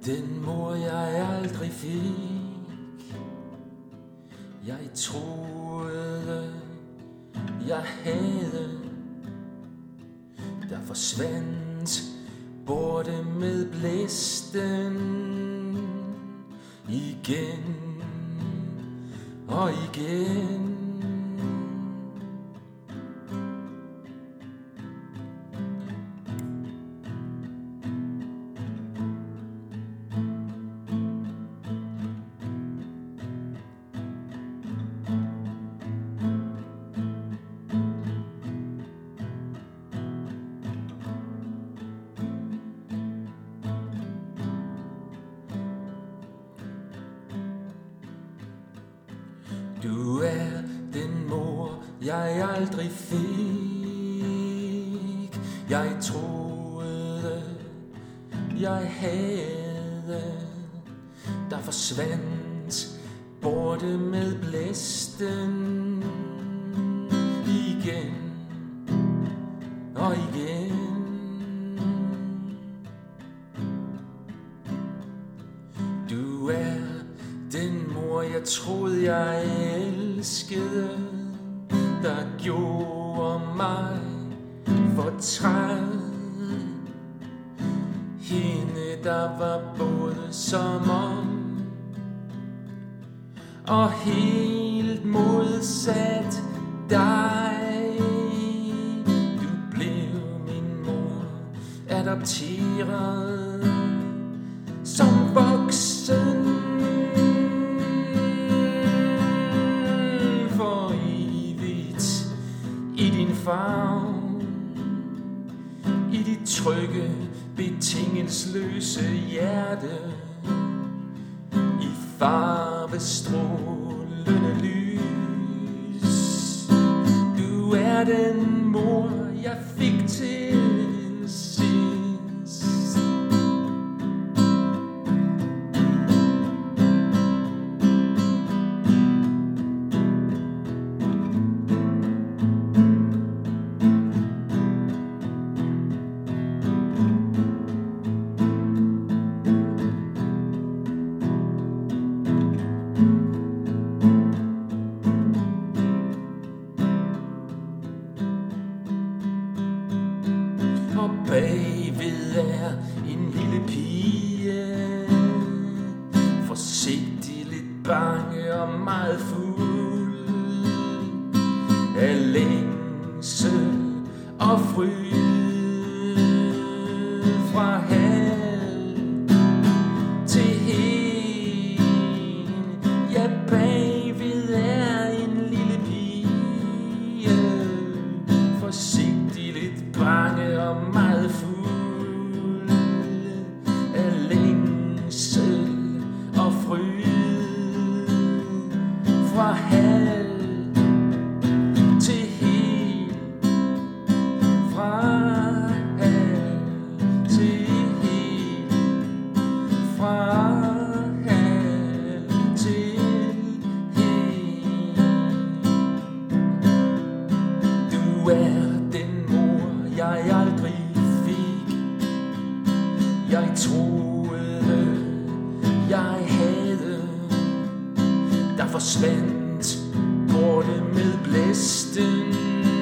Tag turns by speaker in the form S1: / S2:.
S1: Den mor jeg aldrig fik. Jeg troede jeg havde. Der forsvandt borte med blæsten. Igen og igen. Du er den mor, jeg aldrig fik. Jeg troede, jeg havde. Der forsvandt borte med blæsten. Igen og igen. Du er den mor, jeg troede, jeg elskede, der gjorde mig fortræd. Hende, der var både som om og helt modsat dig. Du blev min mor, adopteret som voksen. I din favn, i dit trygge, betingelsesløse hjerte, i farvestrålende lys. Du er den mor, jeg fik til sidst. Og bagved er en lille pige, forsigtig, lidt bange og meget fuld af længsel og fryd. Fra halv til hel, ja, bagved er en lille pige, forsigtig, lidt bange og meget fuld af længsel og fryd. Fra halv til hel, fra halv til hel, fra halv til hel. Du er den mor, jeg aldrig fik. Jeg troede, jeg havde. Der forsvandt borte med blæsten.